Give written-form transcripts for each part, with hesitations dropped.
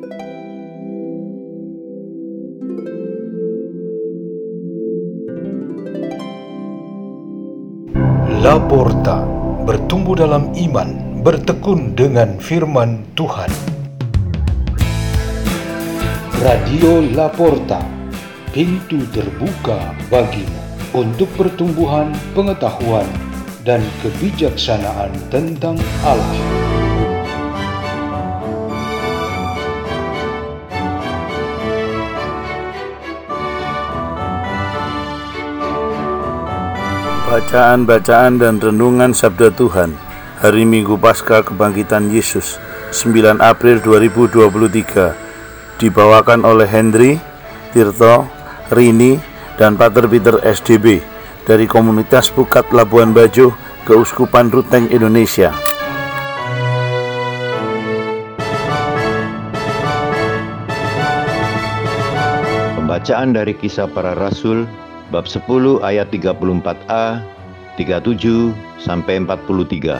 Laporta, bertumbuh dalam iman, bertekun dengan firman Tuhan. Radio Laporta, pintu terbuka bagimu untuk pertumbuhan pengetahuan dan kebijaksanaan tentang Allah. Bacaan-bacaan dan renungan Sabda Tuhan Hari Minggu Paskah Kebangkitan Yesus 9 April 2023 dibawakan oleh Hendri, Tirto, Rini, dan Pater Peter SDB dari Komunitas Pukat Labuan Bajo, Keuskupan Ruteng, Indonesia. Pembacaan dari Kisah Para Rasul bab 10 ayat 34a, 37 sampai 43.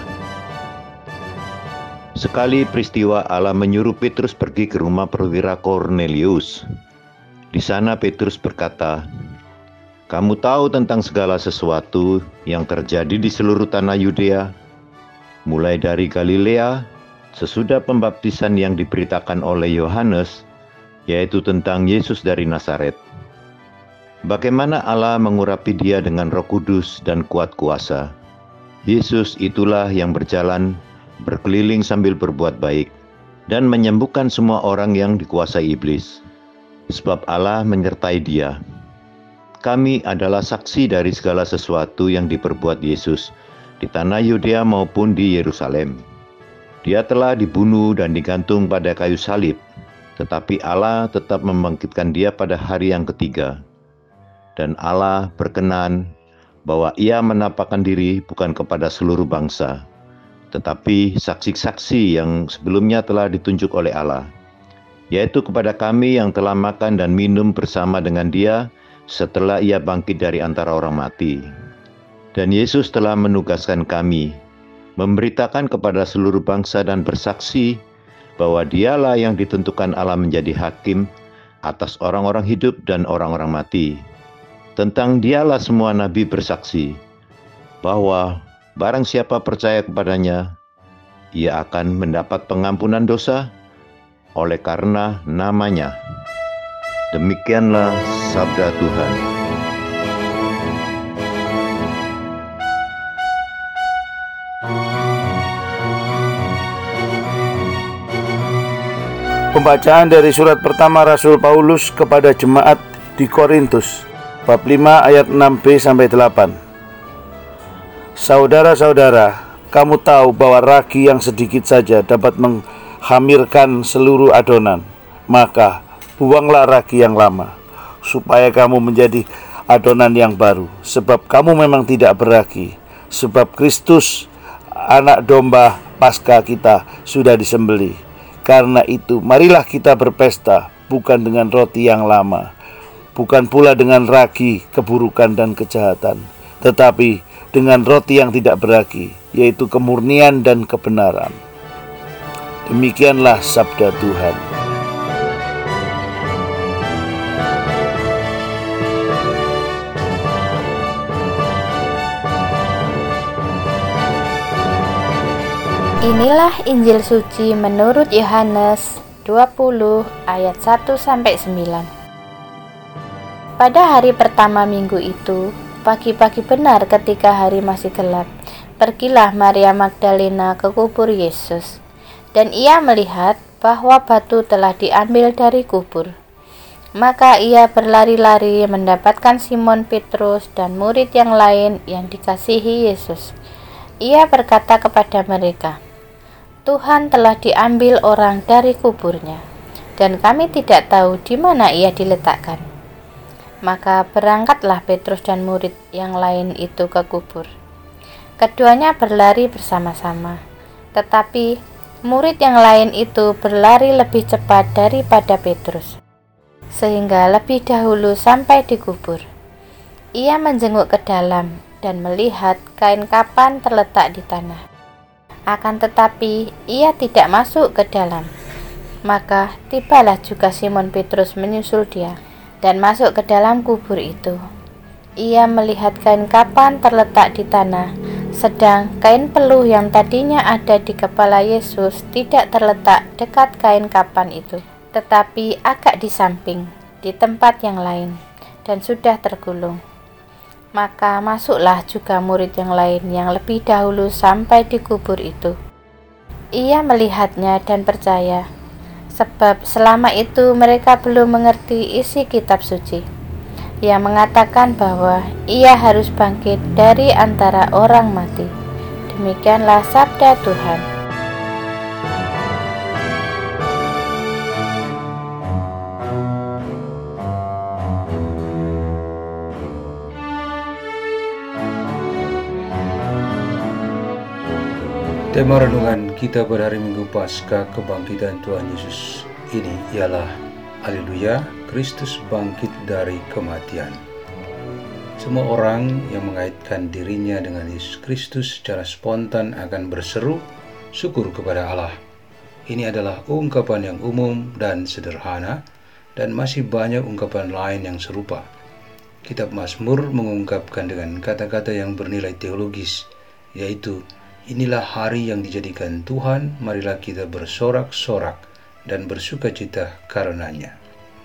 Sekali peristiwa Allah menyuruh Petrus pergi ke rumah perwira Kornelius. Di sana Petrus berkata, "Kamu tahu tentang segala sesuatu yang terjadi di seluruh tanah Yudea, mulai dari Galilea sesudah pembaptisan yang diberitakan oleh Yohanes, yaitu tentang Yesus dari Nazaret. Bagaimana Allah mengurapi dia dengan Roh Kudus dan kuat kuasa. Yesus itulah yang berjalan, berkeliling sambil berbuat baik, dan menyembuhkan semua orang yang dikuasai iblis. Sebab Allah menyertai dia. Kami adalah saksi dari segala sesuatu yang diperbuat Yesus di tanah Yudea maupun di Yerusalem. Dia telah dibunuh dan digantung pada kayu salib, tetapi Allah tetap membangkitkan dia pada hari yang ketiga. Dan Allah berkenan bahwa ia menampakkan diri bukan kepada seluruh bangsa, tetapi saksi-saksi yang sebelumnya telah ditunjuk oleh Allah, yaitu kepada kami yang telah makan dan minum bersama dengan dia setelah ia bangkit dari antara orang mati. Dan Yesus telah menugaskan kami memberitakan kepada seluruh bangsa dan bersaksi bahwa dialah yang ditentukan Allah menjadi hakim atas orang-orang hidup dan orang-orang mati. Tentang dialah semua nabi bersaksi bahwa barang siapa percaya kepadanya, ia akan mendapat pengampunan dosa oleh karena namanya." Demikianlah sabda Tuhan. Pembacaan dari surat pertama Rasul Paulus kepada jemaat di Korintus, bab 5 ayat 6b sampai 8. Saudara-saudara, kamu tahu bahwa ragi yang sedikit saja dapat menghamirkan seluruh adonan. Maka buanglah ragi yang lama, supaya kamu menjadi adonan yang baru. Sebab kamu memang tidak beragi, sebab Kristus, anak domba Paskah kita, sudah disembelih. Karena itu, marilah kita berpesta, bukan dengan roti yang lama, bukan pula dengan ragi keburukan dan kejahatan, tetapi dengan roti yang tidak beragi, yaitu kemurnian dan kebenaran. Demikianlah sabda Tuhan. Inilah Injil suci menurut Yohanes 20 ayat 1 sampai 9. Pada hari pertama minggu itu, pagi-pagi benar ketika hari masih gelap, pergilah Maria Magdalena ke kubur Yesus, dan ia melihat bahwa batu telah diambil dari kubur. Maka ia berlari-lari mendapatkan Simon Petrus dan murid yang lain yang dikasihi Yesus. Ia berkata kepada mereka, "Tuhan telah diambil orang dari kuburnya, dan kami tidak tahu di mana ia diletakkan." Maka berangkatlah Petrus dan murid yang lain itu ke kubur. Keduanya berlari bersama-sama, tetapi murid yang lain itu berlari lebih cepat daripada Petrus, sehingga lebih dahulu sampai di kubur. Ia menjenguk ke dalam dan melihat kain kapan terletak di tanah. Akan tetapi ia tidak masuk ke dalam. Maka tibalah juga Simon Petrus menyusul dia dan masuk ke dalam kubur itu. Ia melihat kain kapan terletak di tanah, sedang kain peluh yang tadinya ada di kepala Yesus tidak terletak dekat kain kapan itu, tetapi agak di samping, di tempat yang lain, dan sudah tergulung. Maka masuklah juga murid yang lain yang lebih dahulu sampai di kubur itu. Ia melihatnya dan percaya, sebab selama itu mereka belum mengerti isi kitab suci yang mengatakan bahwa ia harus bangkit dari antara orang mati. Demikianlah sabda Tuhan. Tema renungan kita pada hari Minggu Paskah Kebangkitan Tuhan Yesus ini ialah Haleluya, Kristus bangkit dari kematian. Semua orang yang mengaitkan dirinya dengan Yesus Kristus secara spontan akan berseru syukur kepada Allah. Ini adalah ungkapan yang umum dan sederhana, dan masih banyak ungkapan lain yang serupa. Kitab Mazmur mengungkapkan dengan kata-kata yang bernilai teologis, yaitu inilah hari yang dijadikan Tuhan, marilah kita bersorak-sorak dan bersukacita karenanya.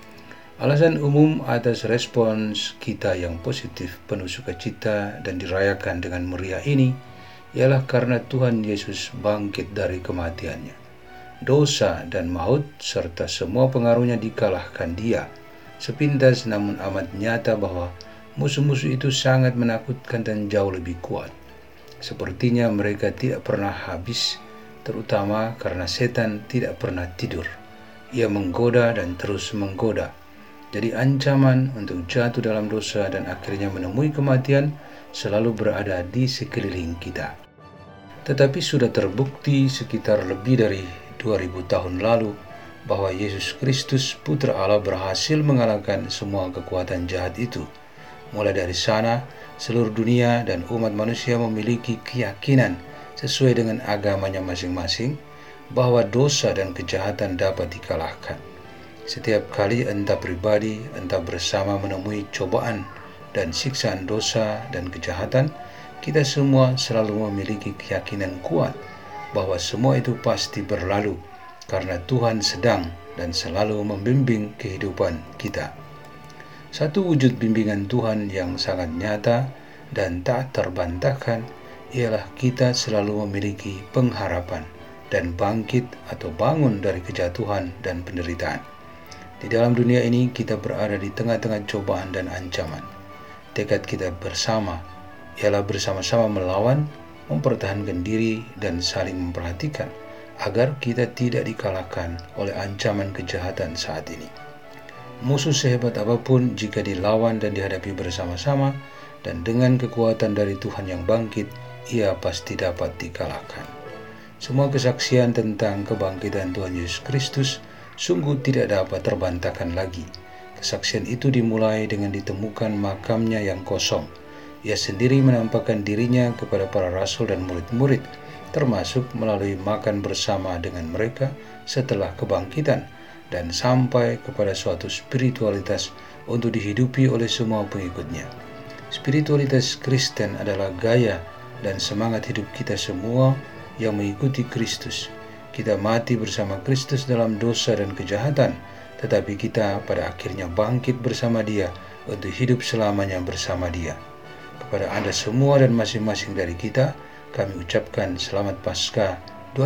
Alasan umum atas respons kita yang positif, penuh sukacita dan dirayakan dengan meriah ini ialah karena Tuhan Yesus bangkit dari kematiannya. Dosa dan maut serta semua pengaruhnya dikalahkan Dia. Sepintas namun amat nyata bahwa musuh-musuh itu sangat menakutkan dan jauh lebih kuat. Sepertinya mereka tidak pernah habis, terutama karena setan tidak pernah tidur. Ia menggoda dan terus menggoda. Jadi ancaman untuk jatuh dalam dosa dan akhirnya menemui kematian selalu berada di sekeliling kita. Tetapi sudah terbukti sekitar lebih dari 2000 tahun lalu bahwa Yesus Kristus Putra Allah berhasil mengalahkan semua kekuatan jahat itu. Mulai dari sana, seluruh dunia dan umat manusia memiliki keyakinan sesuai dengan agamanya masing-masing bahwa dosa dan kejahatan dapat dikalahkan. Setiap kali entah pribadi, entah bersama menemui cobaan dan siksaan dosa dan kejahatan, kita semua selalu memiliki keyakinan kuat bahwa semua itu pasti berlalu karena Tuhan sedang dan selalu membimbing kehidupan kita. Satu wujud bimbingan Tuhan yang sangat nyata dan tak terbantahkan ialah kita selalu memiliki pengharapan dan bangkit atau bangun dari kejatuhan dan penderitaan. Di dalam dunia ini kita berada di tengah-tengah cobaan dan ancaman. Tekad kita bersama ialah bersama-sama melawan, mempertahankan diri dan saling memperhatikan agar kita tidak dikalahkan oleh ancaman kejahatan saat ini. Musuh sehebat apapun jika dilawan dan dihadapi bersama-sama dan dengan kekuatan dari Tuhan yang bangkit, ia pasti dapat dikalahkan. Semua kesaksian tentang kebangkitan Tuhan Yesus Kristus sungguh tidak dapat terbantahkan lagi. Kesaksian itu dimulai dengan ditemukan makamnya yang kosong. Ia sendiri menampakkan dirinya kepada para rasul dan murid-murid, termasuk melalui makan bersama dengan mereka setelah kebangkitan, dan sampai kepada suatu spiritualitas untuk dihidupi oleh semua pengikutnya. Spiritualitas Kristen adalah gaya dan semangat hidup kita semua yang mengikuti Kristus. Kita mati bersama Kristus dalam dosa dan kejahatan, tetapi kita pada akhirnya bangkit bersama Dia untuk hidup selamanya bersama Dia. Kepada Anda semua dan masing-masing dari kita, kami ucapkan Selamat Paskah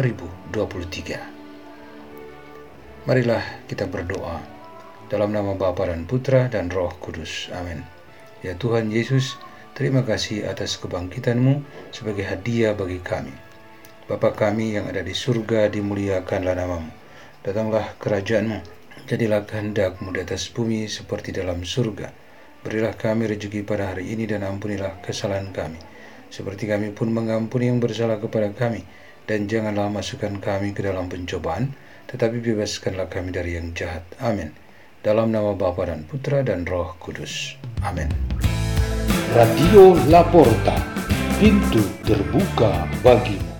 2023. Marilah kita berdoa. Dalam nama Bapa dan Putra dan Roh Kudus. Amin. Ya Tuhan Yesus, terima kasih atas kebangkitan-Mu sebagai hadiah bagi kami. Bapa kami yang ada di surga, dimuliakanlah nama-Mu. Datanglah kerajaan-Mu, jadilah kehendak-Mu di atas bumi seperti dalam surga. Berilah kami rezeki pada hari ini dan ampunilah kesalahan kami, seperti kami pun mengampuni yang bersalah kepada kami. Dan janganlah masukkan kami ke dalam pencobaan, tetapi bebaskanlah kami dari yang jahat. Amin. Dalam nama Bapa dan Putra dan Roh Kudus. Amin. Radio Laporta, pintu terbuka bagimu.